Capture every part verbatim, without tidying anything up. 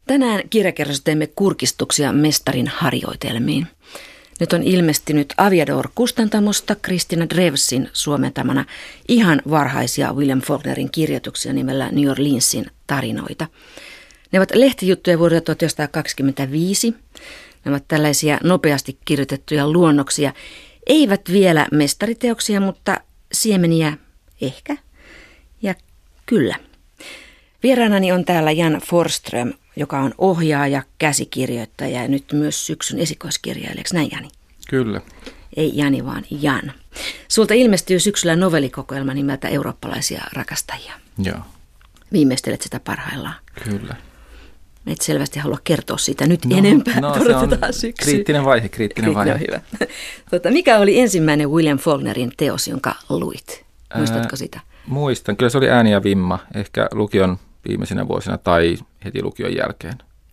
Tänään kirjakerrossa teemme kurkistuksia mestarin harjoitelmiin. Nyt on ilmestynyt Aviador-kustantamosta Christina Drevsin suomentamana ihan varhaisia William Faulknerin kirjoituksia nimellä New Orleansin tarinoita. Ne ovat lehtijuttuja vuodelta tuhatyhdeksänsataakaksikymmentäviisi. Ne ovat tällaisia nopeasti kirjoitettuja luonnoksia. Eivät vielä mestariteoksia, mutta siemeniä ehkä. Ja kyllä. Vieraanani on täällä Jan Forsström, joka on ohjaaja, käsikirjoittaja ja nyt myös syksyn esikoiskirjailija. Eikö näin, Jani? Kyllä. Ei Jani, vaan Jan. Sulta ilmestyy syksyllä novellikokoelma nimeltä Eurooppalaisia rakastajia. Joo. Viimeistelet sitä parhaillaan. Kyllä. Et selvästi halua kertoa siitä nyt no, enempää. No se on kriittinen vaihe, kriittinen vaihe. On hyvä. Tota, mikä oli ensimmäinen William Faulknerin teos, jonka luit? Muistatko sitä? Ää, muistan. Kyllä se oli Ääni ja vimma, ehkä lukion viimeisinä vuosina tai heti lukion jälkeen.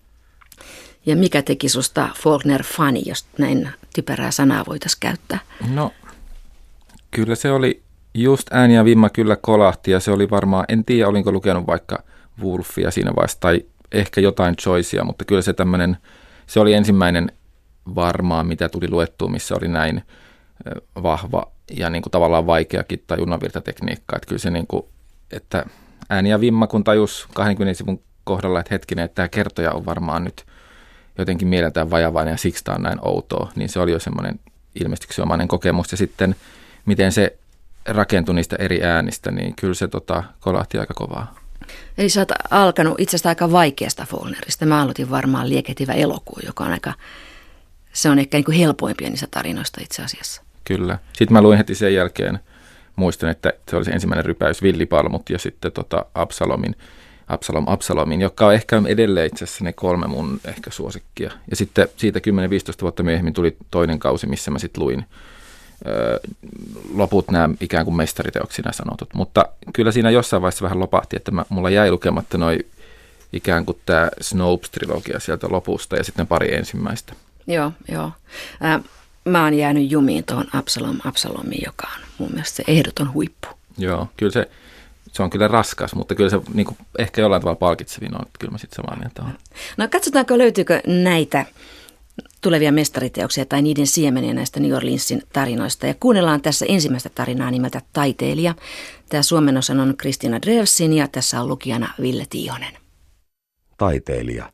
Ja mikä teki susta Faulkner-fani, jos näin typerää sanaa voitaisiin käyttää? No, kyllä se oli just Ääni ja vimma kyllä kolahti ja se oli varmaan, en tiedä olinko lukenut vaikka Woolfia siinä vaiheessa tai ehkä jotain Joycea, mutta kyllä se tämmöinen, se oli ensimmäinen varmaan, mitä tuli luettua, missä oli näin vahva ja niin kuin tavallaan vaikeakin tai junanvirtatekniikka. Että kyllä se niin kuin, että Ääni ja vimma, kun tajus kahdenkymmenen sivun kohdalla, että hetkinen, että tämä kertoja on varmaan nyt jotenkin mieleltään vajavainen ja siksi tämä on näin outoa, niin se oli jo semmoinen ilmestyksiomainen kokemus. Ja sitten miten se rakentui niistä eri äänistä, niin kyllä se tota, kolahti aika kovaa. Eli sä oot alkanut itse asiassa aika vaikeasta Faulknerista. Mä aloitin varmaan Liekehtivä elokuu, joka on aika, se on ehkä niin kuin helpoimpia niistä tarinoista itse asiassa. Kyllä. Sitten mä luin heti sen jälkeen, muistan, että se oli se ensimmäinen rypäys, Villipalmut ja sitten tota Absalomin, Absalom, Absalomin, joka on ehkä edelleen itse asiassa ne kolme mun ehkä suosikkia. Ja sitten siitä kymmenen viisitoista vuotta myöhemmin tuli toinen kausi, missä mä sitten luin öö, loput nämä ikään kuin mestariteoksina sanotut. Mutta kyllä siinä jossain vaiheessa vähän lopahti, että mä, mulla jäi lukematta noi ikään kuin tämä Snopes-trilogia sieltä lopusta ja sitten pari ensimmäistä. Joo, joo. Äh, mä oon jäänyt jumiin tuohon Absalom, Absalomiin, joka on mun mielestä se ehdoton huippu. Joo, kyllä se, se on kyllä raskas, mutta kyllä se niin kuin, ehkä jollain tavalla palkitsevin on, että kyllä mä sitten samaa mieltä olen. No katsotaanko löytyykö näitä tulevia mestariteoksia tai niiden siemeniä näistä New Orleansin tarinoista. Ja kuunnellaan tässä ensimmäistä tarinaa nimeltä Taiteilija. Tämä suomennosan on Christina Drevsin ja tässä on lukijana Ville Tiihonen. Taiteilija.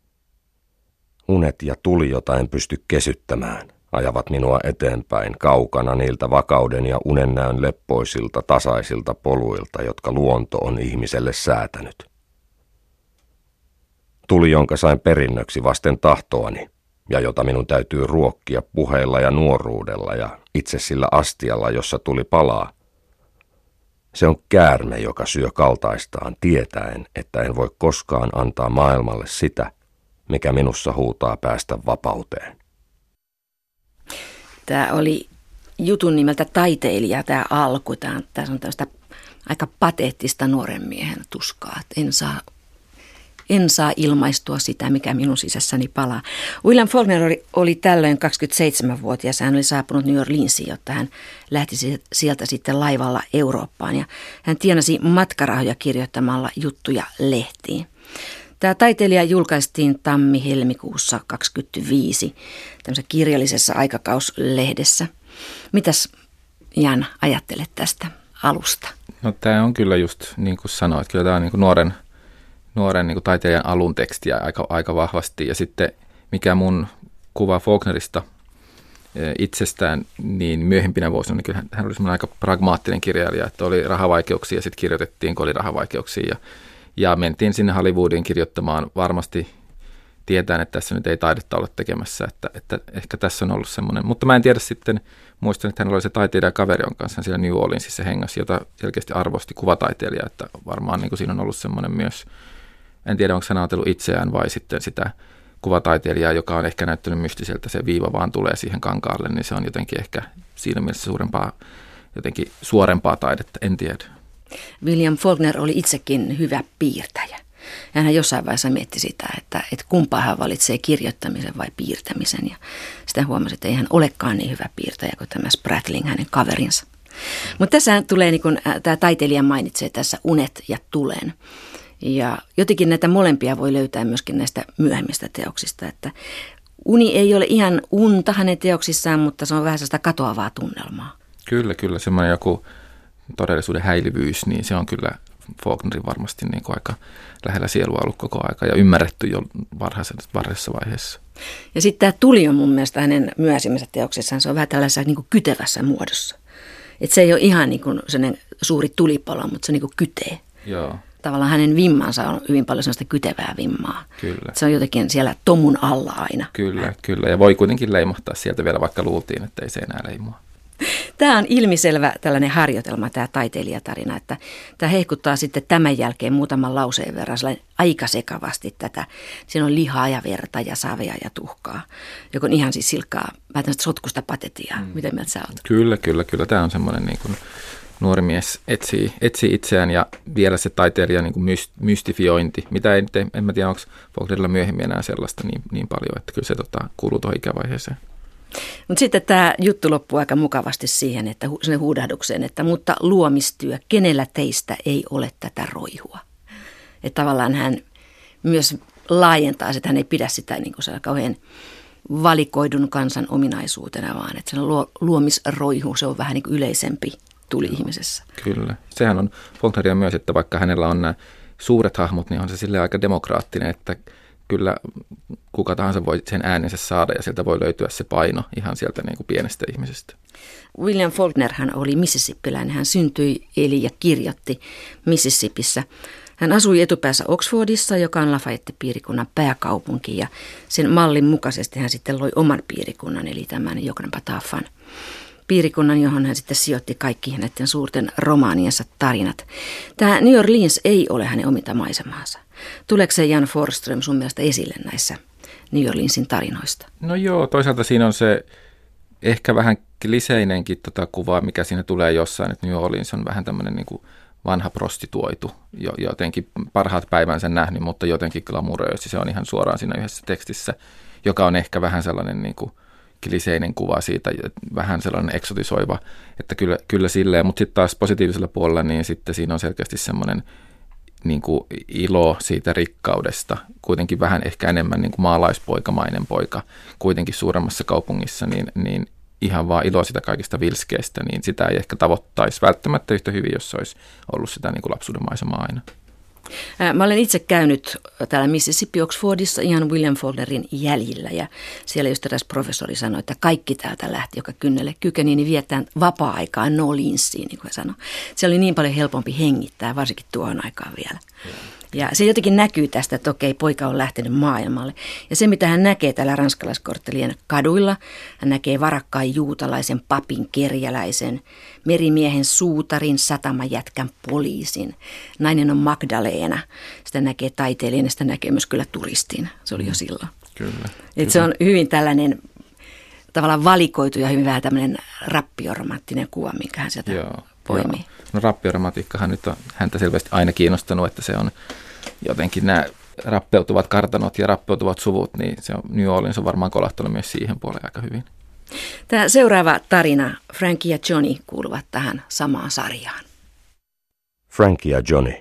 Unet ja tuli, jota en pysty kesyttämään, ajavat minua eteenpäin kaukana niiltä vakauden ja unennäön leppoisilta tasaisilta poluilta, jotka luonto on ihmiselle säätänyt. Tuli, jonka sain perinnöksi vasten tahtoani, ja jota minun täytyy ruokkia puheilla ja nuoruudella ja itse sillä astialla, jossa tuli palaa. Se on käärme, joka syö kaltaistaan tietäen, että en voi koskaan antaa maailmalle sitä, mikä minussa huutaa päästä vapauteen. Tämä oli jutun nimeltä Taiteilija, tämä alku. Tämä on, tässä on tällaista aika pateettista nuoren miehen tuskaa, että en saa En saa ilmaistua sitä, mikä minun sisässäni palaa. William Faulkner oli, oli tällöin kaksikymmentäseitsemänvuotias. Hän oli saapunut New Orleansiin, jotta hän lähtisi sieltä sitten laivalla Eurooppaan. Ja hän tienasi matkarahoja kirjoittamalla juttuja lehtiin. Tämä taiteilija julkaistiin tammi-helmikuussa kaksikymmentäviisi tämmöisessä kirjallisessa aikakauslehdessä. Mitäs, Jan, ajattelet tästä alusta? No tämä on kyllä just niin kuin sanoit, kyllä tämä on niin kuin nuoren... nuoren niin kuin taiteilijan alun tekstiä aika, aika vahvasti. Ja sitten mikä mun kuva Faulknerista itsestään, niin myöhempinä vuosina, niin kyllä hän oli semmoinen aika pragmaattinen kirjailija, että oli rahavaikeuksia ja sitten kirjoitettiin, kun oli rahavaikeuksia. Ja, ja mentiin sinne Hollywoodiin kirjoittamaan varmasti tietäen, että tässä nyt ei taidetta olla tekemässä, että, että ehkä tässä on ollut semmoinen. Mutta mä en tiedä sitten, muistan, että hän oli se taiteilijakaveri on kanssa siellä New Orleansissa hengässä, jota selkeästi arvosti kuvataiteilija, että varmaan niin kuin siinä on ollut semmoinen myös. En tiedä, onko hän ajatellut itseään vai sitten sitä kuvataiteilijaa, joka on ehkä näyttänyt mystiseltä, se viiva vaan tulee siihen kankaalle, niin se on jotenkin ehkä siinä mielessä suurempaa, jotenkin suorempaa taidetta, en tiedä. William Faulkner oli itsekin hyvä piirtäjä. Ja hän jossain vaiheessa mietti sitä, että, että kumpaa hän valitsee kirjoittamisen vai piirtämisen. Ja sitten huomasi, että ei hän olekaan niin hyvä piirtäjä kuin tämä Spratling, hänen kaverinsa. Mutta tässä tulee, niin kun tämä taiteilija mainitsee tässä unet ja tulen. Ja jotenkin näitä molempia voi löytää myöskin näistä myöhemmistä teoksista, että uni ei ole ihan unta hänen teoksissaan, mutta se on vähän sellaista katoavaa tunnelmaa. Kyllä, kyllä. Semmoinen joku todellisuuden häilyvyys, niin se on kyllä Faulknerin varmasti niin kuin aika lähellä sielua ollut koko aika ja ymmärretty jo varhaisessa, varhaisessa vaiheessa. Ja sitten tämä tuli on mun mielestä hänen myöhäisimmässä teoksessaan, se on vähän tällaisessa niin kuin kytevässä muodossa. Että se ei ole ihan niin kuin sellainen suuri tulipalo, mutta se niin kuin kytee. Joo. Tavallaan hänen vimmansa on hyvin paljon sellaista kytevää vimmaa. Kyllä. Se on jotenkin siellä tomun alla aina. Kyllä, kyllä. Ja voi kuitenkin leimahtaa sieltä vielä, vaikka luultiin, että ei se enää leimua. Tämä on ilmiselvä tällainen harjoitelma, tämä taiteilijatarina, että tämä hehkuttaa sitten tämän jälkeen muutaman lauseen verran aika sekavasti tätä. Siinä on lihaa ja verta ja savea ja tuhkaa, joka on ihan siis silkkaa, vähän tämmöistä sotkusta patetiaa. Mm. Mitä mieltä sä oot? Kyllä, kyllä, kyllä. Tämä on semmoinen niin kuin nuori mies etsii, etsii itseään ja vielä se taiteilija niin kuin mystifiointi, mitä ei, en mä tiedä, onko Faulknerilla myöhemmin enää sellaista niin, niin paljon, että kyllä se tota, kuuluu tuohon ikävaiheeseen. Mutta sitten tämä juttu loppuu aika mukavasti siihen, että sinne huudahdukseen, että mutta luomistyö, kenellä teistä ei ole tätä roihua. Että tavallaan hän myös laajentaa, että hän ei pidä sitä niin kuin se kauhean valikoidun kansan ominaisuutena, vaan että se luomisroihu, se on vähän niin kuin yleisempi tuli ihmisessä. Kyllä. Sehän on Faulkneria myös, että vaikka hänellä on nämä suuret hahmot, niin on se silleen aika demokraattinen, että kyllä kuka tahansa voi sen äänensä saada ja sieltä voi löytyä se paino ihan sieltä niin kuin pienestä ihmisestä. William Faulkner hän oli mississippiläinen. Hän syntyi, eli ja kirjoitti Mississippissä. Hän asui etupäässä Oxfordissa, joka on Lafayette-piirikunnan pääkaupunki, ja sen mallin mukaisesti hän sitten loi oman piirikunnan, eli tämän Yoknapatawphan piirikunnan, johon hän sitten sijoitti kaikki näiden suurten romaaniensa tarinat. Tämä New Orleans ei ole hänen ominta maisemaansa. Tuleeko se Jan Forsström sun mielestä esille näissä New Orleansin tarinoista? No joo, toisaalta siinä on se ehkä vähän kliseinenkin tota kuvaa, mikä siinä tulee jossain, että New Orleans on vähän tämmöinen niin kuin vanha prostituoitu, jotenkin parhaat päivänsä nähnyt, mutta jotenkin glamuröösi. Se on ihan suoraan siinä yhdessä tekstissä, joka on ehkä vähän sellainen niin kuin kliseinen kuva siitä, vähän sellainen eksotisoiva, että kyllä, kyllä silleen, mutta sitten taas positiivisella puolella, niin sitten siinä on selkeästi semmoinen niin kuin ilo siitä rikkaudesta, kuitenkin vähän ehkä enemmän niin kuin maalaispoikamainen poika, kuitenkin suuremmassa kaupungissa, niin, niin ihan vaan ilo sitä kaikista vilskeestä, niin sitä ei ehkä tavoittaisi välttämättä yhtä hyvin, jos olisi ollut sitä niin kuin lapsuuden maisemaa aina. Mä olen itse käynyt täällä Mississippi Oxfordissa ihan William Faulknerin jäljillä ja siellä just eräs professori sanoi, että kaikki täältä lähti, joka kynnelle kykeni, niin viettään vapaa-aikaa New Orleansiin, niin kuin hän sanoi. Se oli niin paljon helpompi hengittää, varsinkin tuohon aikaan vielä. Ja se jotenkin näkyy tästä, että okei, poika on lähtenyt maailmalle. Ja se, mitä hän näkee täällä ranskalaiskorttelien kaduilla, hän näkee varakkaan juutalaisen papin, kerjäläisen, merimiehen, suutarin, satamajätkän, poliisin. Nainen on Magdalena. Sitä näkee taiteilijana, sitä näkee myös kyllä turistin. Se oli jo silloin. Kyllä. Et se on hyvin tällainen tavallaan valikoitu ja hyvin vähän tämmöinen rappioromanttinen kuva, minkä hän sieltä Joo. poimii. Joo. No rappioromatiikkahan nyt on häntä selvästi aina kiinnostanut, että se on jotenkin nämä rappeutuvat kartanot ja rappeutuvat suvut, niin se on New Orleans on varmaan kolahtanut myös siihen puoleen aika hyvin. Tämä seuraava tarina, Frankie ja Johnny, kuuluvat tähän samaan sarjaan. Frankie ja Johnny.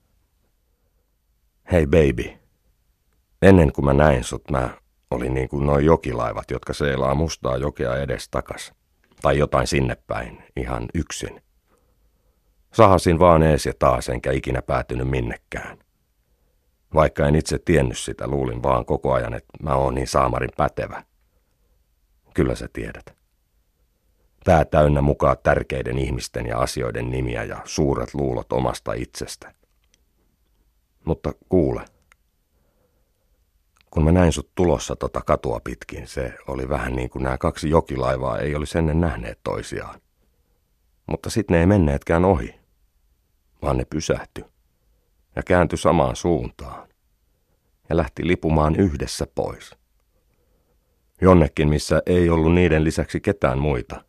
Hei baby. Ennen kuin mä näin sut, mä olin niin kuin noi jokilaivat, jotka seilaa mustaa jokea edestakas. Tai jotain sinne päin, ihan yksin. Sahasin vaan ees ja taas, enkä ikinä päätynyt minnekään. Vaikka en itse tiennyt sitä, luulin vaan koko ajan, että mä oon niin saamarin pätevä. Kyllä sä tiedät. Pää täynnä mukaan tärkeiden ihmisten ja asioiden nimiä ja suuret luulot omasta itsestä. Mutta kuule. Kun mä näin sut tulossa tota katua pitkin, se oli vähän niin kuin nämä kaksi jokilaivaa ei olisi ennen nähneet toisiaan. Mutta sitten ne ei menneetkään ohi, vaan ne pysähtyi ja kääntyi samaan suuntaan ja lähti lipumaan yhdessä pois. Jonnekin, missä ei ollut niiden lisäksi ketään muita.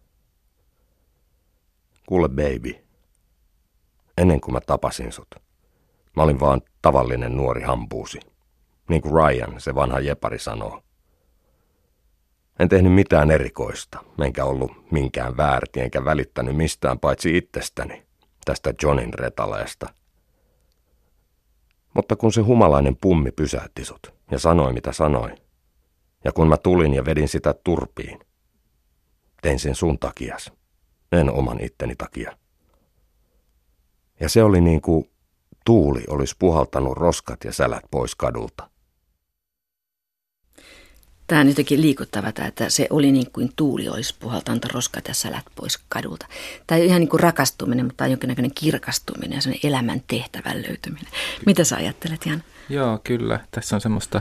Kuule baby, ennen kuin mä tapasin sut, mä olin vaan tavallinen nuori hampuusi. Niin kuin Ryan, se vanha jepari sanoo. En tehnyt mitään erikoista, enkä ollut minkään väärti, enkä välittänyt mistään paitsi itsestäni, tästä Johnin retaleesta. Mutta kun se humalainen pummi pysäytti sut ja sanoi mitä sanoi, ja kun mä tulin ja vedin sitä turpiin, tein sen sun takias, en oman itteni takia. Ja se oli niin kuin tuuli olisi puhaltanut roskat ja sälät pois kadulta. Tämä on jotenkin liikuttava, että se oli niin kuin tuuli olisi puhaltanut roskat ja sälät pois kadulta. Tämä ei ole ihan niin kuin rakastuminen, mutta tämä on jonkinnäköinen kirkastuminen ja sellainen elämän tehtävän löytyminen. Mitä sä ajattelet, Jan? Joo, kyllä. Tässä on semmoista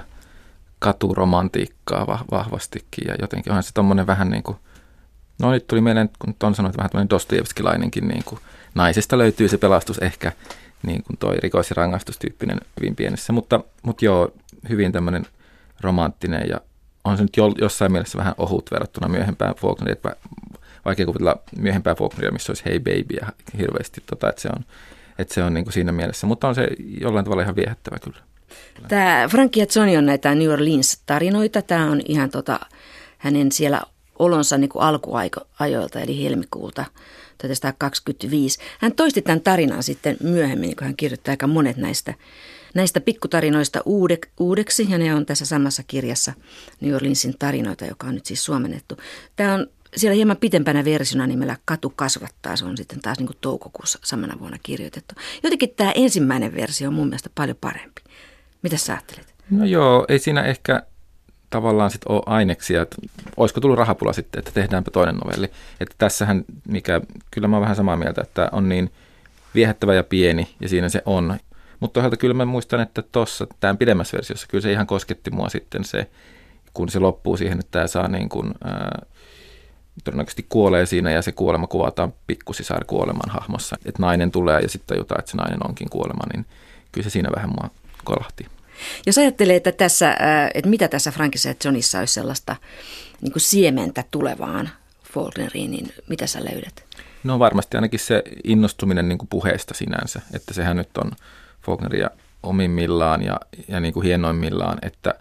katuromantiikkaa vahvastikin ja jotenkin onhan se tommoinen vähän niin kuin, no nyt tuli mieleen, kun on sanonut vähän tämmöinen Dostojevskilainenkin, niin kuin naisesta löytyy se pelastus ehkä, niin kuin toi rikos- ja rangaistustyyppinen hyvin pienessä, mutta, mutta joo, hyvin tämmöinen romanttinen ja on se nyt jossain mielessä vähän ohut verrattuna myöhempään Faulkneriin, että vaikea kuvitella myöhempää Faulkneria, missä olisi Hey Baby ja hirveästi, tota, että se on, että se on niin kuin siinä mielessä, mutta on se jollain tavalla ihan viehättävä kyllä. Tämä Frankie ja Johnny on näitä New Orleans-tarinoita. Tämä on ihan tota, hänen siellä olonsa niin kuin alkuajoilta, eli helmikuulta tuhatyhdeksänsataakaksikymmentäviisi. Hän toisti tämän tarinan sitten myöhemmin, kun hän kirjoittaa aika monet näistä, näistä pikkutarinoista uudeksi, ja ne on tässä samassa kirjassa New Orleansin tarinoita, joka on nyt siis suomennettu. Tämä on siellä hieman pitempänä versiona nimellä Katu kasvattaa, se on sitten taas niin kuin toukokuussa samana vuonna kirjoitettu. Jotenkin tämä ensimmäinen versio on mun mielestä paljon parempi. Mitä sä ajattelet? No joo, ei siinä ehkä tavallaan sitten ole aineksia, että olisiko tullut rahapula sitten, että tehdäänpä toinen novelli. Että tässähän, mikä kyllä mä oon vähän samaa mieltä, että on niin viehättävä ja pieni ja siinä se on. Mutta toisaalta kyllä mä muistan, että tuossa tämän pidemmässä versiossa kyllä se ihan kosketti mua sitten se, kun se loppuu siihen, että tämä saa niin kuin, ää, todennäköisesti kuolee siinä ja se kuolema kuvataan pikkusisar kuoleman hahmossa. Että nainen tulee ja sitten tajutaan, että se nainen onkin kuolema, niin kyllä se siinä vähän mua kolahti. Jos ajattelee, että, tässä, että mitä tässä Frankissa ja Johnnyssa olisi sellaista niin kuin siementä tulevaan Faulkneriin, niin mitä sä löydät? No varmasti ainakin se innostuminen niin kuin puheesta sinänsä, että sehän nyt on Faulkneria omimmillaan ja, ja niin kuin hienoimmillaan, että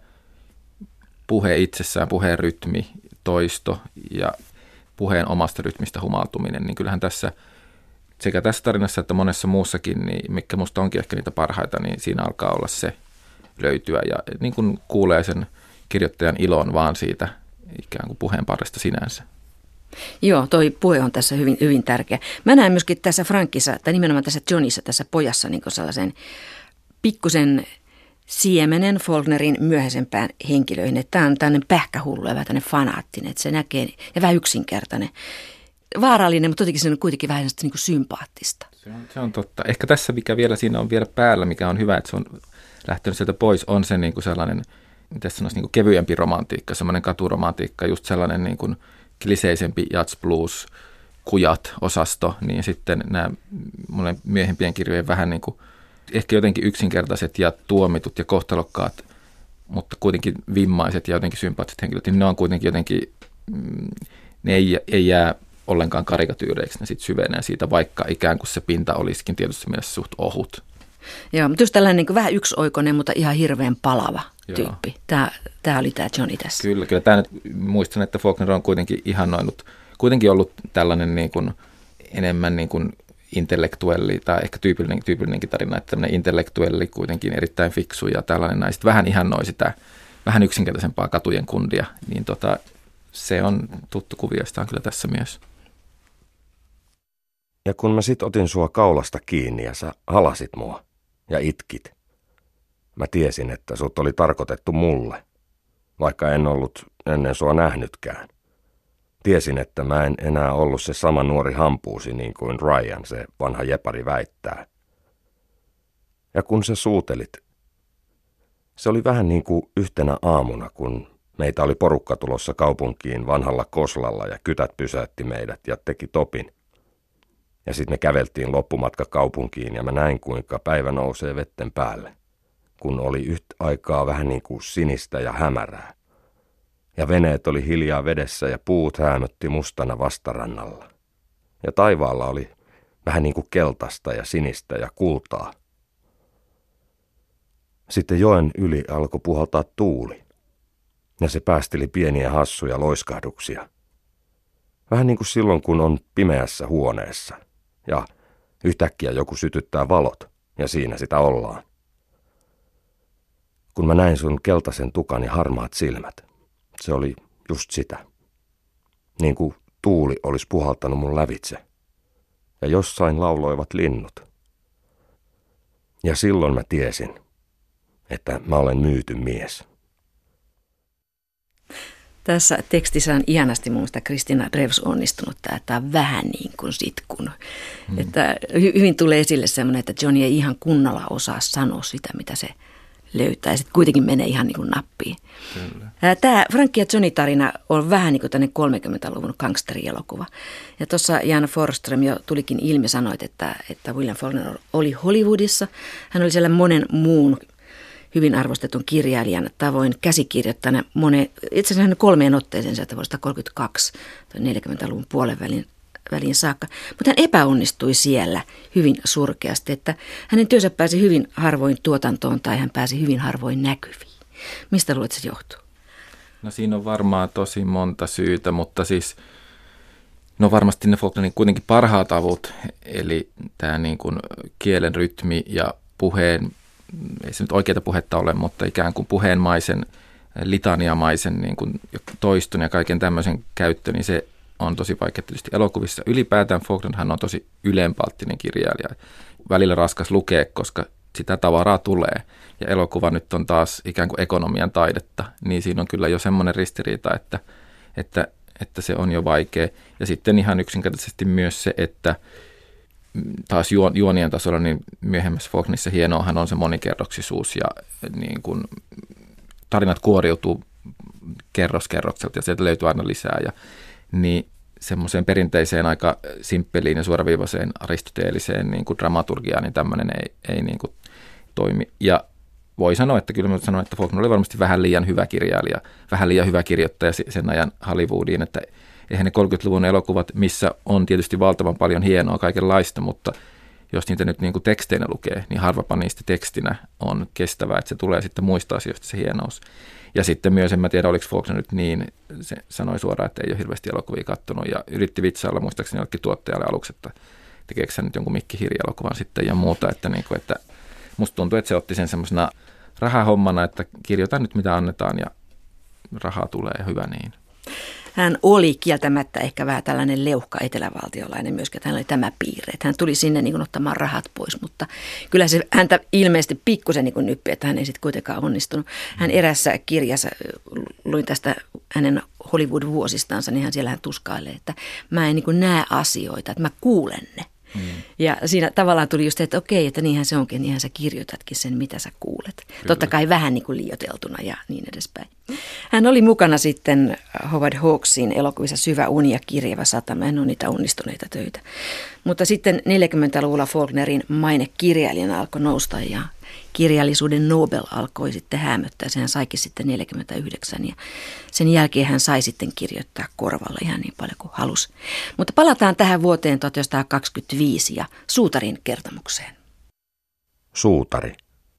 puhe itsessään, puheen rytmi, toisto ja puheen omasta rytmistä humaltuminen, niin kyllähän tässä sekä tässä tarinassa että monessa muussakin, niin mikä musta onkin ehkä niitä parhaita, niin siinä alkaa olla se löytyä ja niin kuin kuulee sen kirjoittajan ilon vaan siitä ikään kuin puheenparresta sinänsä. Joo, toi puhe on tässä hyvin, hyvin tärkeä. Mä näen myöskin tässä Frankissa, tai nimenomaan tässä Johnnyssa, tässä pojassa niin kuin sellaisen pikkusen siemenen Faulknerin myöhäisempään henkilöihin. Että tämä on tämmöinen pähkähullu ja vähän tämmöinen fanaattinen, että se näkee ja vähän yksinkertainen. Vaarallinen, mutta jotenkin se on kuitenkin vähän niin kuin sympaattista. Se on, se on totta. Ehkä tässä, mikä vielä siinä on vielä päällä, mikä on hyvä, että se on lähtenyt sieltä pois, on se niin kuin sellainen, miten sanoisi, niin kuin kevyempi romantiikka, semmoinen katuromantiikka, just sellainen niin kuin kliseisempi jazz blues kujat osasto, niin sitten nämä monen myöhempien kirjojen vähän niin kuin ehkä jotenkin yksinkertaiset ja tuomitut ja kohtalokkaat, mutta kuitenkin vimmaiset ja jotenkin sympaattiset henkilöt, niin ne on kuitenkin jotenkin, ne ei, ei jää ollenkaan karikatyyreiksi, ne sitten syvenee siitä, vaikka ikään kuin se pinta olisikin tietysti mielessä suht ohut. Joo, mutta just tällainen niin kuin vähän yksioikoinen, mutta ihan hirveän palava Joo. tyyppi. Tämä, tämä oli tämä Johnny tässä. Kyllä, kyllä. Tämä nyt, muistan, että Faulkner on kuitenkin ihannoinut, kuitenkin ollut tällainen niin kuin, enemmän niin kuin intellektuelli, tai ehkä tyypillinen, tyypillinenkin tarina, että tämmöinen intellektuelli kuitenkin erittäin fiksu ja tällainen, näin sitten vähän ihannoi sitä vähän yksinkertaisempaa katujen kundia, niin tota, se on tuttu kuvioistaan kyllä tässä myös. Ja kun mä sit otin sua kaulasta kiinni ja sä halasit mua ja itkit, mä tiesin, että sut oli tarkoitettu mulle, vaikka en ollut ennen sua nähnytkään. Tiesin, että mä en enää ollut se sama nuori hampuusi niin kuin Ryan, se vanha jepari väittää. Ja kun sä suutelit, se oli vähän niin kuin yhtenä aamuna, kun meitä oli porukka tulossa kaupunkiin vanhalla koslalla ja kytät pysäytti meidät ja teki topin. Ja sitten me käveltiin loppumatka kaupunkiin ja mä näin, kuinka päivä nousee vetten päälle, kun oli yhtä aikaa vähän niin kuin sinistä ja hämärää. Ja veneet oli hiljaa vedessä ja puut häämötti mustana vastarannalla. Ja taivaalla oli vähän niin kuin keltaista ja sinistä ja kultaa. Sitten joen yli alkoi puhaltaa tuuli. Ja se päästeli pieniä hassuja loiskahduksia. Vähän niin kuin silloin, kun on pimeässä huoneessa. Ja yhtäkkiä joku sytyttää valot, ja siinä sitä ollaan. kun mä näin sun keltaisen tukan ja harmaat silmät. Se oli just sitä. Niin kuin tuuli olisi puhaltanut mun lävitse. Ja jossain lauloivat linnut. Ja silloin mä tiesin, että mä olen myyty mies. Tässä tekstissä on ihanasti mun mielestä Christina Drews onnistunut, että on vähän niin kuin sitkun. Hmm. Että hyvin tulee esille semmoinen, että Johnny ei ihan kunnolla osaa sanoa sitä, mitä se löytää. Ja sitten kuitenkin menee ihan niin kuin nappiin. Kyllä. Tämä Frank ja Johnny-tarina on vähän niin kuin tänne kolmekymmentäluvun gangsterielokuva. Ja tuossa Jan Forsström jo tulikin ilmi, sanoit, että, että William Faulkner oli Hollywoodissa. Hän oli siellä monen muun hyvin arvostetun kirjailijan tavoin käsikirjoittajana monen, itse asiassa kolmeen otteeseen sieltä vuodesta kolmekymmentäkaksi tai neljäkymmentäluvun puolen välin, väliin saakka. Mutta hän epäonnistui siellä hyvin surkeasti, että hänen työnsä pääsi hyvin harvoin tuotantoon tai hän pääsi hyvin harvoin näkyviin. Mistä luulet se johtuu? No siinä on varmaan tosi monta syytä, mutta siis no varmasti ne Faulknerin kuitenkin parhaat avut, eli tämä niin kuin kielen rytmi ja puheen, ei se nyt oikeita puhetta ole, mutta ikään kuin puheenmaisen, litaniamaisen niin kuin toistun ja kaiken tämmöisen käyttö, niin se on tosi vaikea tietysti elokuvissa. Ylipäätään Faulknerhan on tosi ylenpalttinen kirjailija. Välillä raskas lukea, koska sitä tavaraa tulee. Ja elokuva nyt on taas ikään kuin ekonomian taidetta, niin siinä on kyllä jo semmoinen ristiriita, että, että, että se on jo vaikea. Ja sitten ihan yksinkertaisesti myös se, että taas juonien tasolla, niin myöhemmässä Faulknerissa hienoahan on se monikerroksisuus ja niin kuin tarinat kuoriutuu kerroskerrokselta ja sieltä löytyy aina lisää. Ja, niin semmoiseen perinteiseen aika simppeliin ja suoraviivaiseen aristoteeliseen niin kuin dramaturgiaan, niin tämmöinen ei, ei niin kuin toimi. Ja voi sanoa, että kyllä mä sanon, että Faulkner oli varmasti vähän liian hyvä kirjailija, vähän liian hyvä kirjoittaja sen ajan Hollywoodiin, että eihän ne kolmekymmentäluvun elokuvat, missä on tietysti valtavan paljon hienoa kaikenlaista, mutta jos niitä nyt niin kuin teksteinä lukee, niin harvapa niistä tekstinä on kestävää, että se tulee sitten muista asioista se hienous. Ja sitten myös, en mä tiedä, oliko Faulkner nyt niin, se sanoi suoraan, että ei ole hirveästi elokuvia kattonut ja yritti vitsailla muistaakseni jollekin tuottajalle aluksi, että tekeekö hän nyt jonkun Mikki Hiiri-elokuvan sitten ja muuta, että, niin kuin, että musta tuntuu, että se otti sen semmoisena rahahommana, että kirjoita nyt mitä annetaan ja rahaa tulee ja hyvä niin. Hän oli kieltämättä ehkä vähän tällainen leuhka etelävaltiolainen myöskin, että hän oli tämä piirre. Että hän tuli sinne niin kuin ottamaan rahat pois, mutta kyllä se häntä ilmeisesti pikkusen niin kuin nyppi, että hän ei sitten kuitenkaan onnistunut. Hän erässä kirjassa, luin tästä hänen Hollywood-vuosistansa, niin hän siellä hän tuskailee, että mä en niin kuin näe asioita, että mä kuulen ne. Hmm. Ja siinä tavallaan tuli just, että okei, että niinhän se onkin, niinhän sä kirjoitatkin sen, mitä sä kuulet. Kyllä. Totta kai vähän niin kuin liioiteltuna ja niin edespäin. Hän oli mukana sitten Howard Hawksin elokuvissa Syvä uni ja Kirjava satama. Hän on niitä onnistuneita töitä. Mutta sitten neljäkymmentäluvulla Faulknerin maine kirjailijana alkoi nousta ja kirjallisuuden Nobel alkoi sitten häämöttää. Sehän saikin sitten neljäkymmentäyhdeksän ja sen jälkeen hän sai sitten kirjoittaa korvalla ihan niin paljon kuin halusi. Mutta palataan tähän vuoteen tuhatyhdeksänsataakaksikymmentäviisi ja Suutarin kertomukseen. Suutari.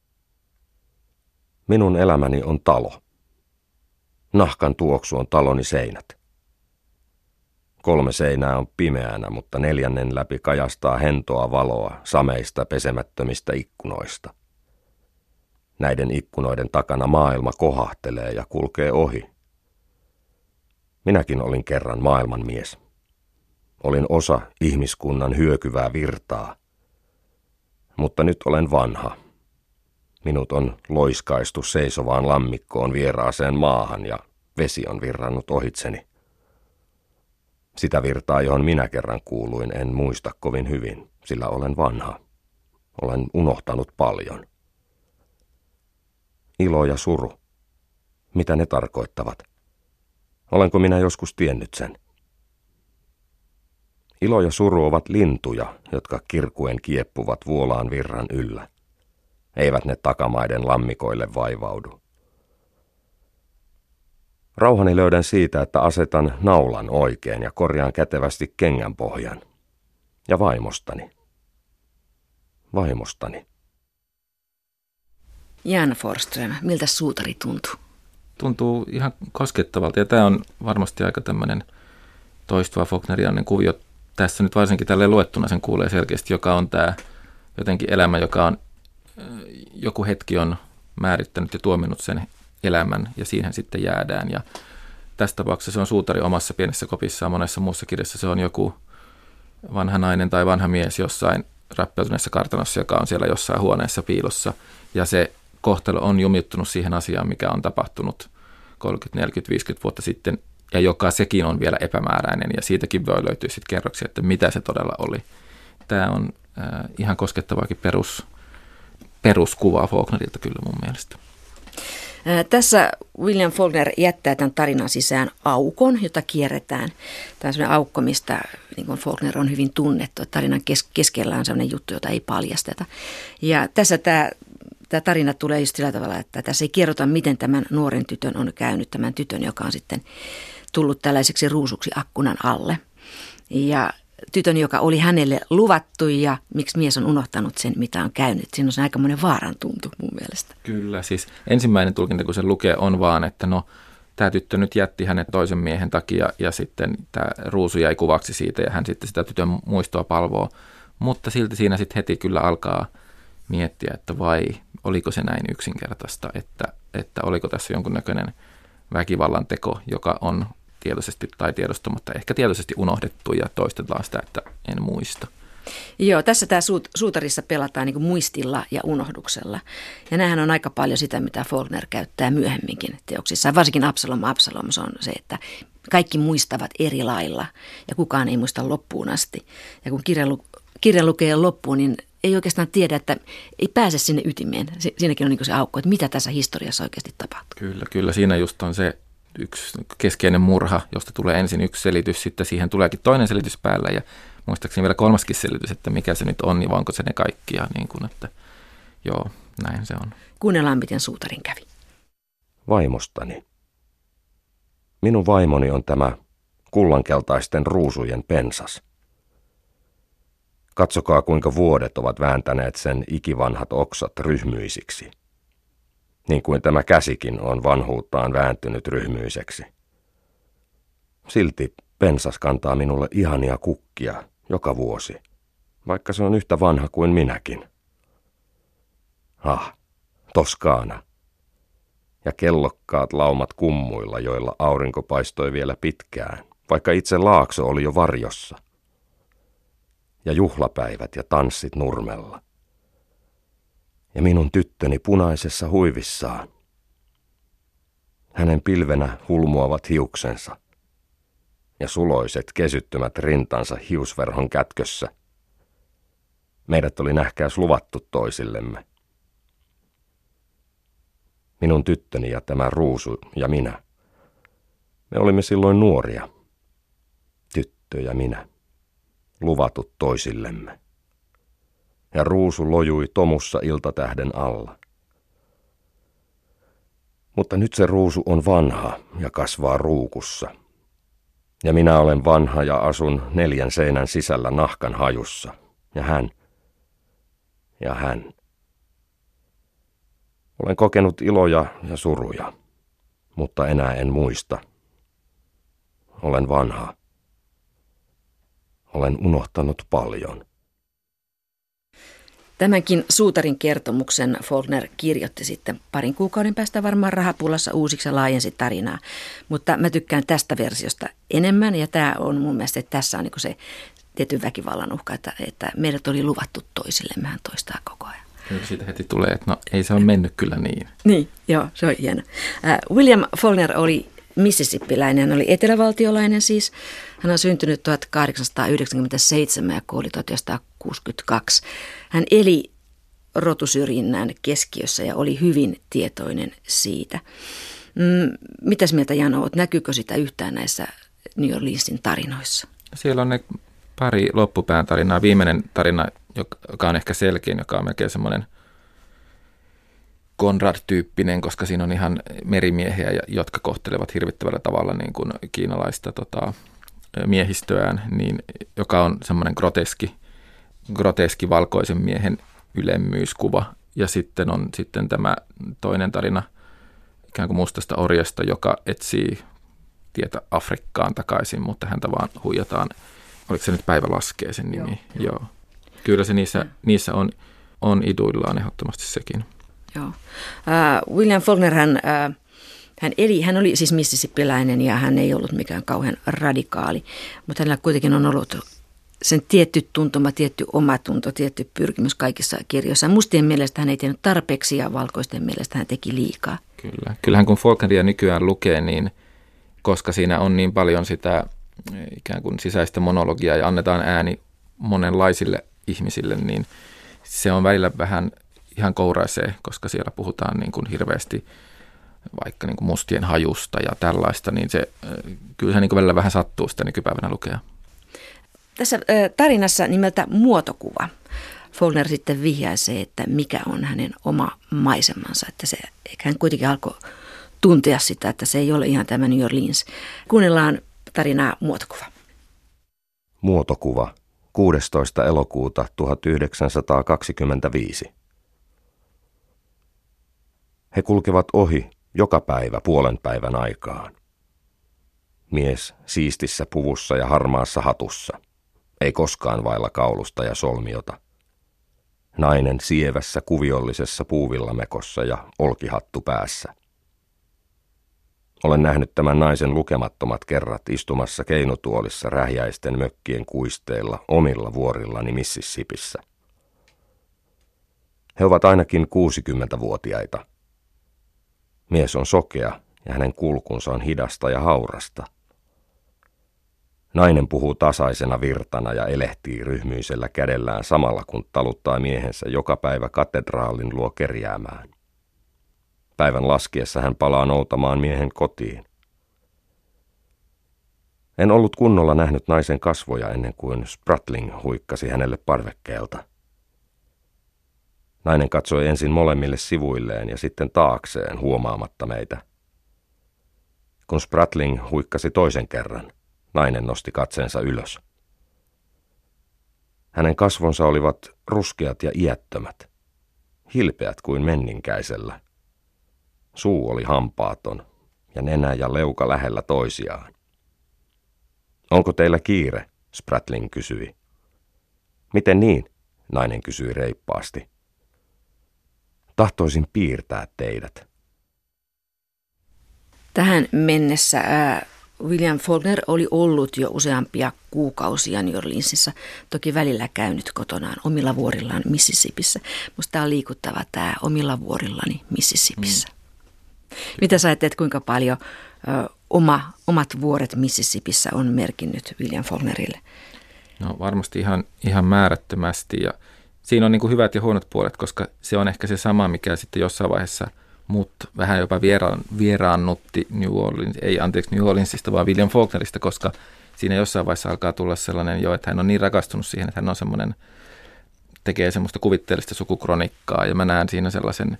Minun elämäni on talo. Nahkan tuoksu on taloni seinät. Kolme seinää on pimeänä, mutta neljännen läpi kajastaa hentoa valoa sameista pesemättömistä ikkunoista. Näiden ikkunoiden takana maailma kohahtelee ja kulkee ohi. Minäkin olin kerran maailmanmies. Olin osa ihmiskunnan hyökyvää virtaa. Mutta nyt olen vanha. Minut on loiskaistu seisovaan lammikkoon vieraaseen maahan ja vesi on virrannut ohitseni. Sitä virtaa, johon minä kerran kuuluin, en muista kovin hyvin, sillä olen vanha. Olen unohtanut paljon. Ilo ja suru. Mitä ne tarkoittavat? Olenko minä joskus tiennyt sen? Ilo ja suru ovat lintuja, jotka kirkuen kieppuvat vuolaan virran yllä. Eivät ne takamaiden lammikoille vaivaudu. Rauhani löydän siitä, että asetan naulan oikein ja korjaan kätevästi kengän pohjan. Ja vaimostani. Vaimostani. Jan Forsström, miltä Suutari tuntuu? Tuntuu ihan koskettavalta ja tämä on varmasti aika tämmöinen toistuva Faulkneriainen kuvio. Tässä nyt varsinkin tälleen luettuna sen kuulee selkeästi, joka on tämä jotenkin elämä, joka on, joku hetki on määrittänyt ja tuominnut sen elämän ja siihen sitten jäädään. Ja tässä tapauksessa se on suutari omassa pienessä kopissaan, monessa muussa kirjassa se on joku vanha nainen tai vanha mies jossain rappeutuneessa kartanossa, joka on siellä jossain huoneessa piilossa. Ja se kohtalo on jumittunut siihen asiaan, mikä on tapahtunut kolmekymmentä, neljäkymmentä, viisikymmentä vuotta sitten, ja joka sekin on vielä epämääräinen, ja siitäkin voi löytyä sitten kerroksia, että mitä se todella oli. Tämä on äh, ihan koskettavaakin perus, peruskuvaa Faulknerilta kyllä mun mielestä. Ää, tässä William Faulkner jättää tämän tarinan sisään aukon, jota kierretään. Tämä on sellainen aukko, mistä niin kuin Faulkner on hyvin tunnettu. Tarinan kes- keskellä on sellainen juttu, jota ei paljasteta. Ja tässä tämä Tämä tarina tulee just sillä tavalla, että tässä ei kerrota, miten tämän nuoren tytön on käynyt, tämän tytön, joka on sitten tullut tällaiseksi ruusuksi akkunan alle. Ja tytön, joka oli hänelle luvattu ja miksi mies on unohtanut sen, mitä on käynyt. Siinä on se aikamoinen vaaran tuntu mun mielestä. Kyllä, siis ensimmäinen tulkinta, kun se lukee, on vaan, että no, tämä tyttö nyt jätti hänet toisen miehen takia ja sitten tämä ruusu jäi kuvaksi siitä ja hän sitten sitä tytön muistoa palvoo. Mutta silti siinä sitten heti kyllä alkaa miettiä, että vai oliko se näin yksinkertaista, että, että oliko tässä jonkunnäköinen väkivallan teko, joka on tietoisesti tai tiedostamatta ehkä tietoisesti unohdettu ja toistetaan sitä, että en muista. Joo, tässä tämä suut, suutarissa pelataan niin kuin muistilla ja unohduksella. Ja näähän on aika paljon sitä, mitä Faulkner käyttää myöhemminkin teoksissa. Varsinkin Absalom Absalom, se on se, että kaikki muistavat eri lailla ja kukaan ei muista loppuun asti. Ja kun kirja, kirja lukee loppuun, niin ei oikeastaan tiedä, että ei pääse sinne ytimeen. Siinäkin on niin kuin se aukko, että mitä tässä historiassa oikeasti tapahtuu. Kyllä, kyllä. Siinä just on se yksi keskeinen murha, josta tulee ensin yksi selitys, sitten siihen tuleekin toinen selitys päällä ja muistaakseni vielä kolmaskin selitys, että mikä se nyt on, niin onko se ne kaikki ja niin kuin, että joo, näin se on. Kuunnellaan, miten suutarin kävi. Vaimostani. Minun vaimoni on tämä kullankeltaisten ruusujen pensas. Katsokaa, kuinka vuodet ovat vääntäneet sen ikivanhat oksat ryhmyisiksi. Niin kuin tämä käsikin on vanhuuttaan vääntynyt ryhmyiseksi. Silti pensas kantaa minulle ihania kukkia joka vuosi, vaikka se on yhtä vanha kuin minäkin. Ah, Toskaana. Ja kellokkaat laumat kummuilla, joilla aurinko paistoi vielä pitkään, vaikka itse laakso oli jo varjossa. Ja juhlapäivät ja tanssit nurmella. Ja minun tyttöni punaisessa huivissaan. Hänen pilvenä hulmuavat hiuksensa ja suloiset kesyttömät rintansa hiusverhon kätkössä. Meidät oli nähkääs luvattu toisillemme. Minun tyttöni ja tämä ruusu ja minä. Me olimme silloin nuoria. Tyttö ja minä. Luvatut toisillemme. Ja ruusu lojui tomussa iltatähden alla. Mutta nyt se ruusu on vanha ja kasvaa ruukussa. Ja minä olen vanha ja asun neljän seinän sisällä nahkan hajussa. Ja hän. Ja hän. Olen kokenut iloja ja suruja, mutta enää en muista. Olen vanha. Olen unohtanut paljon. Tämänkin suutarin kertomuksen Faulkner kirjoitti sitten parin kuukauden päästä varmaan rahapulassa uusiksi ja laajensi tarinaa. Mutta mä tykkään tästä versiosta enemmän ja tämä on mun mielestä, että tässä on niin se tietyn väkivallan uhka, että, että meidät oli luvattu toisille, hän toistaa koko ajan. Kyllä siitä heti tulee, että no ei se ole mennyt kyllä niin. Niin, joo, se on hieno. Uh, William Faulkner oli mississippiläinen, hän oli etelävaltiolainen siis. Hän on syntynyt tuhatkahdeksansataayhdeksänkymmentäseitsemän ja kuoli tuhatyhdeksänsataakuusikymmentäkaksi. Hän eli rotusyrjinnän keskiössä ja oli hyvin tietoinen siitä. Mm, mitäs mieltä Jano olet? Näkyykö sitä yhtään näissä New Orleansin tarinoissa? Siellä on ne pari loppupään tarinaa. Viimeinen tarina, joka on ehkä selkein, joka on melkein semmoinen Konrad-tyyppinen, koska siinä on ihan merimiehiä, jotka kohtelevat hirvittävällä tavalla niin kuin kiinalaista tota, miehistöään, niin, joka on semmoinen groteski, groteski valkoisen miehen ylemmyyskuva. Ja sitten on sitten tämä toinen tarina ikään kuin mustasta orjasta, joka etsii tietä Afrikkaan takaisin, mutta häntä vaan huijataan. Oliko se nyt Päivä laskee sen nimi? Joo. Joo. Kyllä se niissä, niissä on, on iduillaan ehdottomasti sekin. Joo. Uh, William Faulkner, hän, uh, hän, eli, hän oli siis mississippiläinen ja hän ei ollut mikään kauhean radikaali, mutta hänellä kuitenkin on ollut sen tietty tuntuma, tietty omatunto, tietty pyrkimys kaikissa kirjoissa. Mustien mielestä hän ei tehnyt tarpeeksi ja valkoisten mielestä hän teki liikaa. Kyllä. Kyllähän kun Faulkneria nykyään lukee, niin koska siinä on niin paljon sitä ikään kuin sisäistä monologiaa ja annetaan ääni monenlaisille ihmisille, niin se on välillä vähän ihan kouraisee, koska siellä puhutaan niin kuin hirveästi vaikka niin kuin mustien hajusta ja tällaista, niin se kyllä se niin kuin välillä vähän sattuu sitä nykypäivänä lukea. Tässä tarinassa nimeltä Muotokuva Faulkner sitten vihjaisee, että mikä on hänen oma maisemansa, että se, hän kuitenkin alkoi tuntea sitä, että se ei ole ihan tämä New Orleans. Kuunnellaan tarinaa Muotokuva. Muotokuva, kuudestoista elokuuta tuhatyhdeksänsataakaksikymmentäviisi. He kulkevat ohi joka päivä puolen päivän aikaan. Mies siistissä puvussa ja harmaassa hatussa, ei koskaan vailla kaulusta ja solmiota. Nainen sievässä kuviollisessa puuvillamekossa ja olkihattu päässä. Olen nähnyt tämän naisen lukemattomat kerrat istumassa keinutuolissa rähjäisten mökkien kuisteilla omilla vuorillani Mississippissä. He ovat ainakin kuusikymmentävuotiaita. Mies on sokea ja hänen kulkunsa on hidasta ja haurasta. Nainen puhuu tasaisena virtana ja elehtii ryhmyisellä kädellään samalla kun taluttaa miehensä joka päivä katedraalin luo kerjäämään. Päivän laskiessa hän palaa noutamaan miehen kotiin. En ollut kunnolla nähnyt naisen kasvoja ennen kuin Spratling huikkasi hänelle parvekkeelta. Nainen katsoi ensin molemmille sivuilleen ja sitten taakseen huomaamatta meitä. Kun Spratling huikkasi toisen kerran, nainen nosti katseensa ylös. Hänen kasvonsa olivat ruskeat ja iättömät, hilpeät kuin menninkäisellä. Suu oli hampaaton ja nenä ja leuka lähellä toisiaan. Onko teillä kiire? Spratling kysyi. Miten niin? Nainen kysyi reippaasti. Tahtoisin piirtää teidät. Tähän mennessä ää, William Faulkner oli ollut jo useampia kuukausia New Orleansissa, toki välillä käynyt kotonaan omilla vuorillaan Mississippissä. Musta tämä on liikuttava tämä omilla vuorillani Mississippissä. Mm. Mitä sä ajattelet, kuinka paljon ö, oma, omat vuoret Mississippissä on merkinnyt William Faulknerille? No varmasti ihan, ihan määrättömästi ja siinä on niin kuin hyvät ja huonot puolet, koska se on ehkä se sama, mikä sitten jossain vaiheessa mut vähän jopa vieraan, vieraannutti New Orleans, ei anteeksi New Orleansista, vaan William Faulknerista, koska siinä jossain vaiheessa alkaa tulla sellainen jo, että hän on niin rakastunut siihen, että hän on semmoinen, tekee semmoista kuvitteellista sukukronikkaa ja mä näen siinä sellaisen,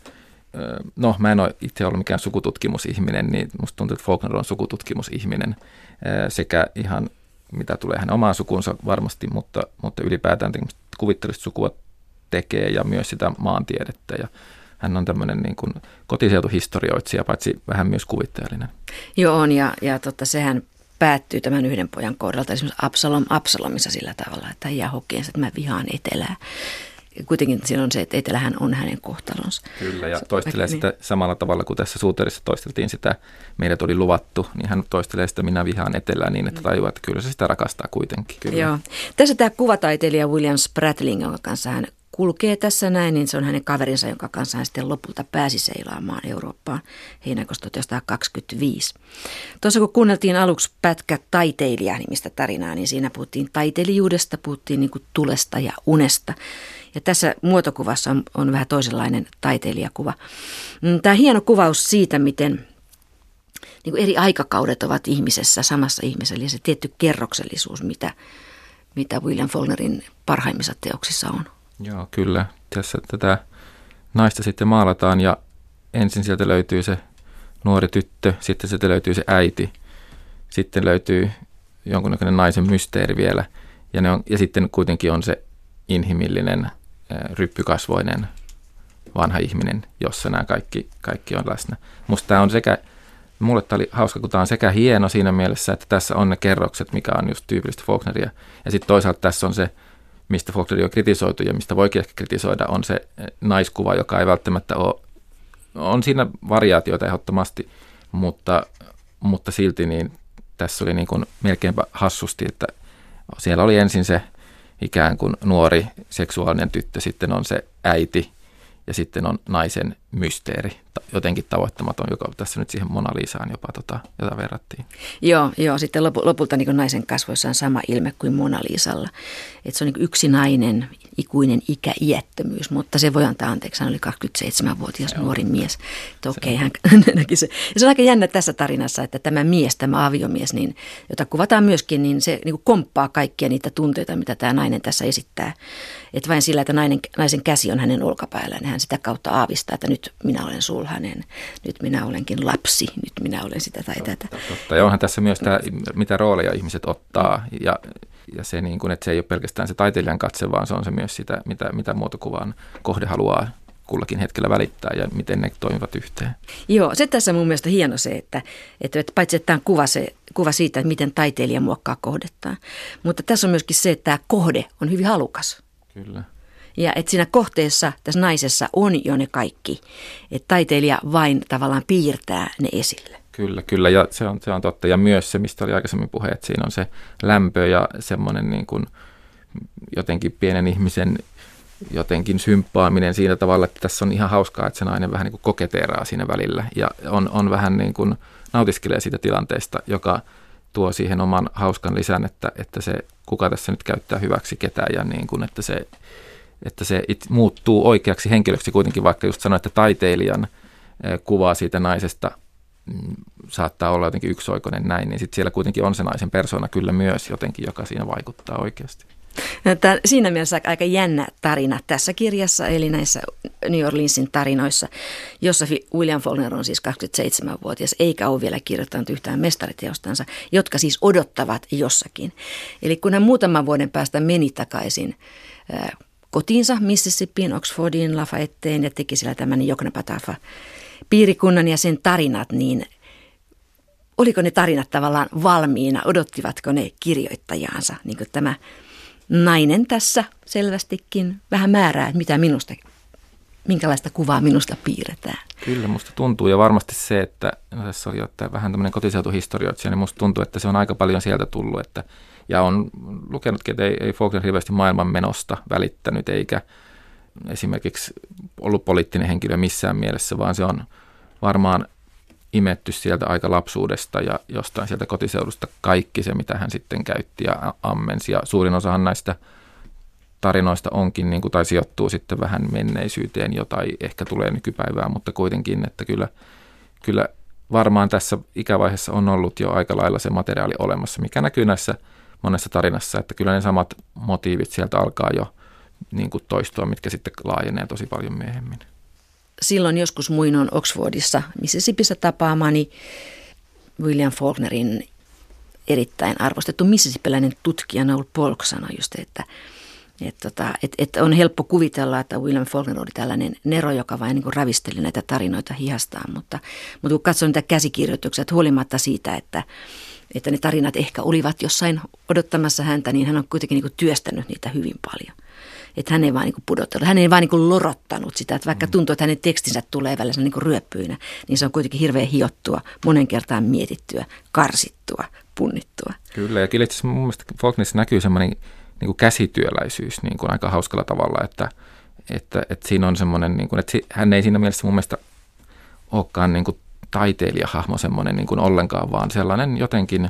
no mä en ole itse ollut mikään sukututkimusihminen, niin musta tuntuu, että Faulkner on sukututkimusihminen sekä ihan mitä tulee hänen omaan sukuunsa varmasti, mutta, mutta ylipäätään kuvitteellista sukua tekee ja myös sitä maantiedettä ja hän on tämmöinen niin kuin kotiseutuhistorioitsija, paitsi vähän myös kuvitteellinen. Joo on ja, ja totta, sehän päättyy tämän yhden pojan kohdalta esimerkiksi Absalom Absalomissa sillä tavalla, että hän jää hokeensa, että mä vihaan etelää. Kuitenkin siinä on se, että etelähän on hänen kohtalonsa. Kyllä, ja toistelee sitä niin samalla tavalla kuin tässä Suuterissa toisteltiin sitä, meidät oli luvattu, niin hän toistelee sitä minä vihaan etelää niin, että tajuaa, että kyllä se sitä rakastaa kuitenkin. Kyllä. Joo. Tässä tämä kuvataiteilija William Spratling, jonka kanssa hän kulkee tässä näin, niin se on hänen kaverinsa, jonka kanssa hän sitten lopulta pääsi seilaamaan Eurooppaan heinäkuussa tuhatyhdeksänsataakaksikymmentäviisi. Tuossa kun kuunneltiin aluksi pätkä taiteilija-nimistä tarinaa, niin siinä puhuttiin taiteilijuudesta, puhuttiin niin kuin tulesta ja unesta. Ja tässä muotokuvassa on, on vähän toisenlainen taiteilijakuva. Tämä hieno kuvaus siitä, miten niin kuin eri aikakaudet ovat ihmisessä, samassa ihmisessä, eli se tietty kerroksellisuus, mitä, mitä William Faulknerin parhaimmissa teoksissa on. Joo, kyllä. Tässä tätä naista sitten maalataan ja ensin sieltä löytyy se nuori tyttö, sitten sieltä löytyy se äiti, sitten löytyy jonkunnäköinen naisen mysteeri vielä ja, ne on, ja sitten kuitenkin on se inhimillinen, ryppykasvoinen vanha ihminen, jossa nämä kaikki, kaikki on läsnä. Musta tämä on sekä, mulle tämä oli hauska, kun tämä on sekä hieno siinä mielessä, että tässä on ne kerrokset, mikä on just tyypillistä Faulkneria, ja sitten toisaalta tässä on se, mistä Faulkner on kritisoitu ja mistä voikin ehkä kritisoida, on se naiskuva, joka ei välttämättä ole on siinä variaatioita ehdottomasti, mutta, mutta silti niin tässä oli niin kuin melkeinpä hassusti, että siellä oli ensin se ikään kuin nuori seksuaalinen tyttö, sitten on se äiti ja sitten on naisen mysteeri, jotenkin tavoittamaton, joka tässä nyt siihen Mona Lisaan jopa, tota, jota verrattiin. Joo, joo, sitten lopulta niin kuin naisen kasvoissa on sama ilme kuin Mona Lisalla. Että se on niin kuin yksinäinen, ikuinen ikä-iättömyys, mutta se voi antaa anteeksi, hän oli kaksikymmentäseitsemänvuotias joo. nuori mies. Että okei, hän näki se. Ja se on aika jännä tässä tarinassa, että tämä mies, tämä aviomies, niin, jota kuvataan myöskin, niin se niin kuin komppaa kaikkia niitä tunteita, mitä tämä nainen tässä esittää. Että vain sillä, että nainen, naisen käsi on hänen olkapäällään, niin hän sitä kautta aavistaa, että nyt minä olen sulhanen, nyt minä olenkin lapsi, nyt minä olen sitä tai tätä. Totta, totta. Ja onhan tässä myös tämä, mitä rooleja ihmiset ottaa, ja, ja se, niin kuin, että se ei ole pelkästään se taiteilijan katse, vaan se on se myös sitä, mitä, mitä muotokuvan kohde haluaa kullakin hetkellä välittää ja miten ne toimivat yhteen. Joo, se tässä on mun mielestä hieno se, että, että paitsi että tämä on kuva, se, kuva siitä, että miten taiteilija muokkaa kohdettaan, mutta tässä on myöskin se, että tämä kohde on hyvin halukas. Kyllä. Ja että siinä kohteessa, tässä naisessa on jo ne kaikki, että taiteilija vain tavallaan piirtää ne esille. Kyllä, kyllä, ja se on, se on totta. Ja myös se, mistä oli aikaisemmin puhe, että siinä on se lämpö ja semmoinen niin kuin jotenkin pienen ihmisen jotenkin symppaaminen siinä tavalla, että tässä on ihan hauskaa, että se nainen vähän niin kuin koketeeraa siinä välillä ja on, on vähän niin kuin nautiskelee siitä tilanteesta, joka tuo siihen oman hauskan lisän, että, että se kuka tässä nyt käyttää hyväksi ketään ja niin kuin, että se että se it, muuttuu oikeaksi henkilöksi kuitenkin, vaikka just sanoin, että taiteilijan kuvaa siitä naisesta mm, saattaa olla jotenkin yksioikoinen näin, niin sitten siellä kuitenkin on se naisen persoona kyllä myös jotenkin, joka siinä vaikuttaa oikeasti. Tämä, siinä mielessä aika jännä tarina tässä kirjassa, eli näissä New Orleansin tarinoissa, jossa William Faulkner on siis kaksikymmentäseitsemänvuotias, eikä ole vielä kirjoittanut yhtään mestariteostansa, jotka siis odottavat jossakin. Eli kun hän muutaman vuoden päästä meni takaisin äh, kotiinsa Mississippiin, Oxfordiin, Lafayetteen ja teki siellä tämän Joknapatafa piirikunnan ja sen tarinat, niin oliko ne tarinat tavallaan valmiina, odottivatko ne kirjoittajaansa, niin kuin tämä nainen tässä selvästikin vähän määrää, mitä minusta, minkälaista kuvaa minusta piirretään. Kyllä, musta tuntuu ja varmasti se, että no tässä oli jotain vähän tämmöinen kotiseutuhistorioitsija, niin musta tuntuu, että se on aika paljon sieltä tullut, että ja on lukenutkin, että ei, ei Faulkner hirveästi maailman menosta välittänyt, eikä esimerkiksi ollut poliittinen henkilö missään mielessä, vaan se on varmaan imetty sieltä aika lapsuudesta ja jostain sieltä kotiseudusta kaikki se, mitä hän sitten käytti ja ammensi. Ja suurin osahan näistä tarinoista onkin, niin kuin, tai sijoittuu sitten vähän menneisyyteen, jota ehkä tulee nykypäivään, mutta kuitenkin, että kyllä, kyllä varmaan tässä ikävaiheessa on ollut jo aika lailla se materiaali olemassa, mikä näkyy näissä monessa tarinassa, että kyllä ne samat motiivit sieltä alkaa jo niin kuin toistua, mitkä sitten laajenee tosi paljon myöhemmin. Silloin joskus muinoin Oxfordissa, Mississippissä tapaamani William Faulknerin erittäin arvostettu mississippiläinen tutkija Noel Polk sanoi just, että, että, että, että on helppo kuvitella, että William Faulkner oli tällainen nero, joka vain niin kuin ravisteli näitä tarinoita hihastaan, mutta, mutta kun katsoo niitä käsikirjoituksia, että huolimatta siitä, että että ne tarinat ehkä olivat jossain odottamassa häntä, niin hän on kuitenkin niin kuin työstänyt niitä hyvin paljon. Että hän ei vaan niin kuin pudotellut, hän ei vaan niin kuin lorottanut sitä, että vaikka tuntuu, että hänen tekstinsä tulee välillä niin kuin ryöppyinä, niin se on kuitenkin hirveän hiottua, monen kertaan mietittyä, karsittua, punnittua. Kyllä, ja kyllä itse asiassa mun mielestä Faulknerissa näkyy semmoinen niin kuin käsityöläisyys niin kuin aika hauskalla tavalla, että, että, että siinä on semmoinen, niin kuin, että hän ei siinä mielessä mun mielestä olekaan niin kuin taiteilijahahmo semmoinen niin kuin ollenkaan, vaan sellainen jotenkin,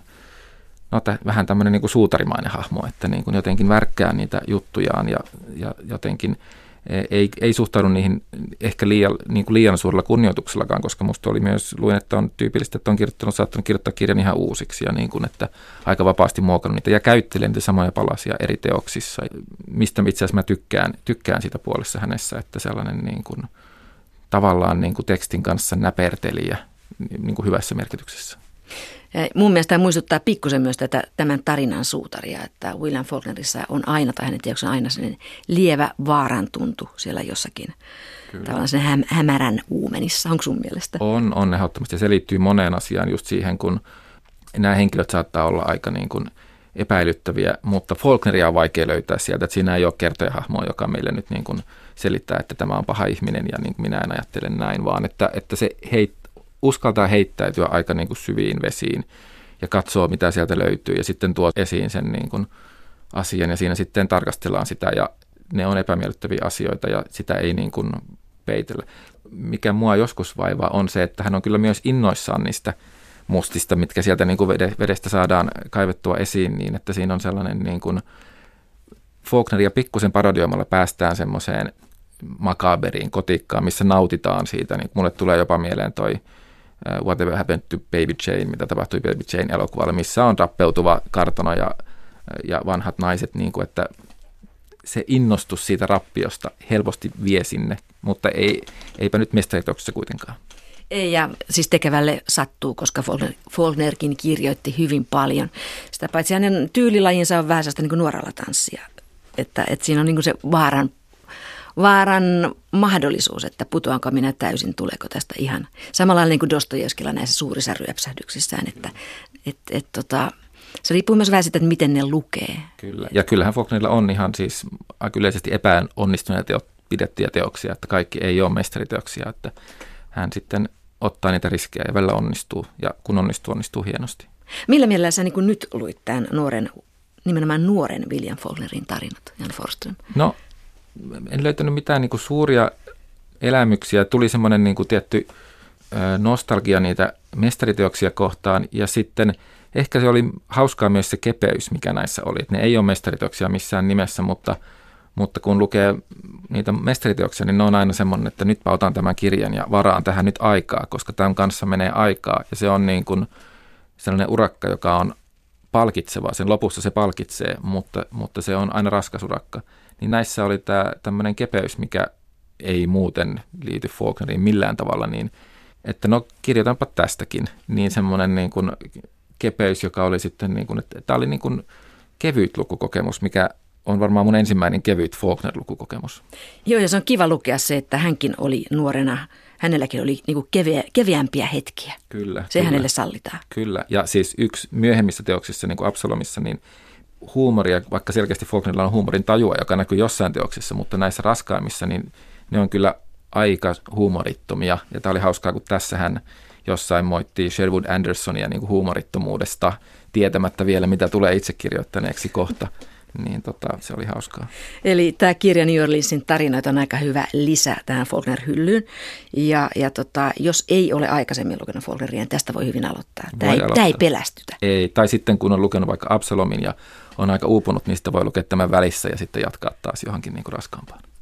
no t- vähän tämmöinen niin kuin suutarimainen hahmo, että niin kuin jotenkin värkkää niitä juttujaan ja, ja jotenkin ei, ei suhtaudu niihin ehkä liian, niin kuin liian suurella kunnioituksellakaan, koska musta oli myös, luin, että on tyypillistä, että on kirjoittanut, saattanut kirjoittaa kirjan ihan uusiksi ja niin kuin, että aika vapaasti muokannut niitä ja käyttelee niitä samoja palasia eri teoksissa, mistä itse asiassa mä tykkään, tykkään siitä puolessa hänessä, että sellainen niin kuin, tavallaan niin kuin tekstin kanssa näpertelijä niin kuin hyvässä merkityksessä. Mun mielestä tämä muistuttaa pikkusen myös tätä, tämän tarinan suutaria, että William Faulknerissa on aina, tai hänen teoksessa aina sellainen lievä vaaran tuntu siellä jossakin. Kyllä. Tavallaan sen häm, hämärän uumenissa. Onko sun mielestä? On, on ehdottomasti. Se liittyy moneen asiaan just siihen, kun nämä henkilöt saattaa olla aika niin kuin epäilyttäviä, mutta Faulkneria on vaikea löytää sieltä, että siinä ei ole kertojahahmoa, joka meille nyt niin kuin selittää, että tämä on paha ihminen ja niin kuin minä en ajattele näin, vaan että, että se heit, uskaltaa heittäytyä aika niin kuin syviin vesiin ja katsoo, mitä sieltä löytyy ja sitten tuo esiin sen niin kuin asian ja siinä sitten tarkastellaan sitä ja ne on epämiellyttäviä asioita ja sitä ei niin kuin peitellä. Mikä mua joskus vaivaa on se, että hän on kyllä myös innoissaan niistä mustista, mitkä sieltä niin kuin vedestä saadaan kaivettua esiin niin, että siinä on sellainen niin kuin Faulkneria pikkusen parodioimalla päästään semmoiseen makaberiin kotikkaan, missä nautitaan siitä. Niin mulle tulee jopa mieleen toi uh, Whatever Happened to Baby Jane, mitä tapahtui Baby Jane -elokuvalle, missä on rappeutuva kartano ja, ja vanhat naiset, niin kuin, että se innostus siitä rappiosta helposti vie sinne, mutta ei, eipä nyt mestariteoksessa kuitenkaan. Ei, ja siis tekevälle sattuu, koska Faulknerkin kirjoitti hyvin paljon. Sitä paitsi hänen tyylilajinsa on vähän sellaista niin kuin nuoralla tanssia, että, että siinä on niin kuin se vaaran, vaaran mahdollisuus, että putoanko minä täysin, tuleeko tästä ihan. Samalla niin kuin Dostojevskilla näissä suurissa ryöpsähdyksissään, että et, et, tota, se riippuu myös vähän siitä, että miten ne lukee. Kyllä, ja kyllähän Faulknerilla on ihan siis aika yleisesti epäonnistuneita teot, pidettyjä teoksia, että kaikki ei ole mestariteoksia, että hän sitten ottaa niitä riskejä ja välillä onnistuu, ja kun onnistuu, onnistuu hienosti. Millä mielellä sä niin kuin nyt luit tämän nuoren, nimenomaan nuoren William Faulknerin tarinat, Jan Forsström? No, en löytänyt mitään niin kuin suuria elämyksiä. Tuli semmoinen niin kuin tietty nostalgia niitä mestariteoksia kohtaan, ja sitten ehkä se oli hauskaa myös se kepeys, mikä näissä oli. Ne ei ole mestariteoksia missään nimessä, mutta Mutta kun lukee niitä mestariteoksia, niin ne on aina semmoinen, että nyt otan tämän kirjan ja varaan tähän nyt aikaa, koska tämän kanssa menee aikaa. Ja se on niin kuin sellainen urakka, joka on palkitseva. Sen lopussa se palkitsee, mutta, mutta se on aina raskas urakka. Niin näissä oli tämä tämmöinen kepeys, mikä ei muuten liity Faulkneriin millään tavalla, niin että no kirjoitanpa tästäkin. Niin semmoinen niin kuin kepeys, joka oli sitten niin kuin, että tämä oli niin kuin kevyt lukukokemus, mikä on varmaan mun ensimmäinen kevyt Faulkner-lukukokemus. Joo, ja se on kiva lukea se, että hänkin oli nuorena, hänelläkin oli niinku keveä, keveämpiä hetkiä. Kyllä. Se kyllä, hänelle sallitaan. Kyllä, ja siis yksi myöhemmissä teoksissa, niin kuin Absalomissa, niin huumoria, vaikka selkeästi Faulknerilla on huumorin tajua, joka näkyy jossain teoksissa, mutta näissä raskaimmissa, niin ne on kyllä aika huumorittomia. Ja tämä oli hauskaa, kun tässä hän jossain moittii Sherwood Andersonia niin kuin huumorittomuudesta, tietämättä vielä, mitä tulee itse kirjoittaneeksi kohta. Niin tota, se oli hauskaa. Eli tämä kirja New Orleansin tarinoita on aika hyvä lisä tähän Faulkner-hyllyyn. Ja, ja tota, jos ei ole aikaisemmin lukenut Faulkneria, niin tästä voi hyvin aloittaa. Tämä, voi ei, aloittaa. Tämä ei pelästytä. Ei, tai sitten kun on lukenut vaikka Absalomin ja on aika uupunut, niin sitä voi lukea tämän välissä ja sitten jatkaa taas johonkin niin kuin raskaampaan.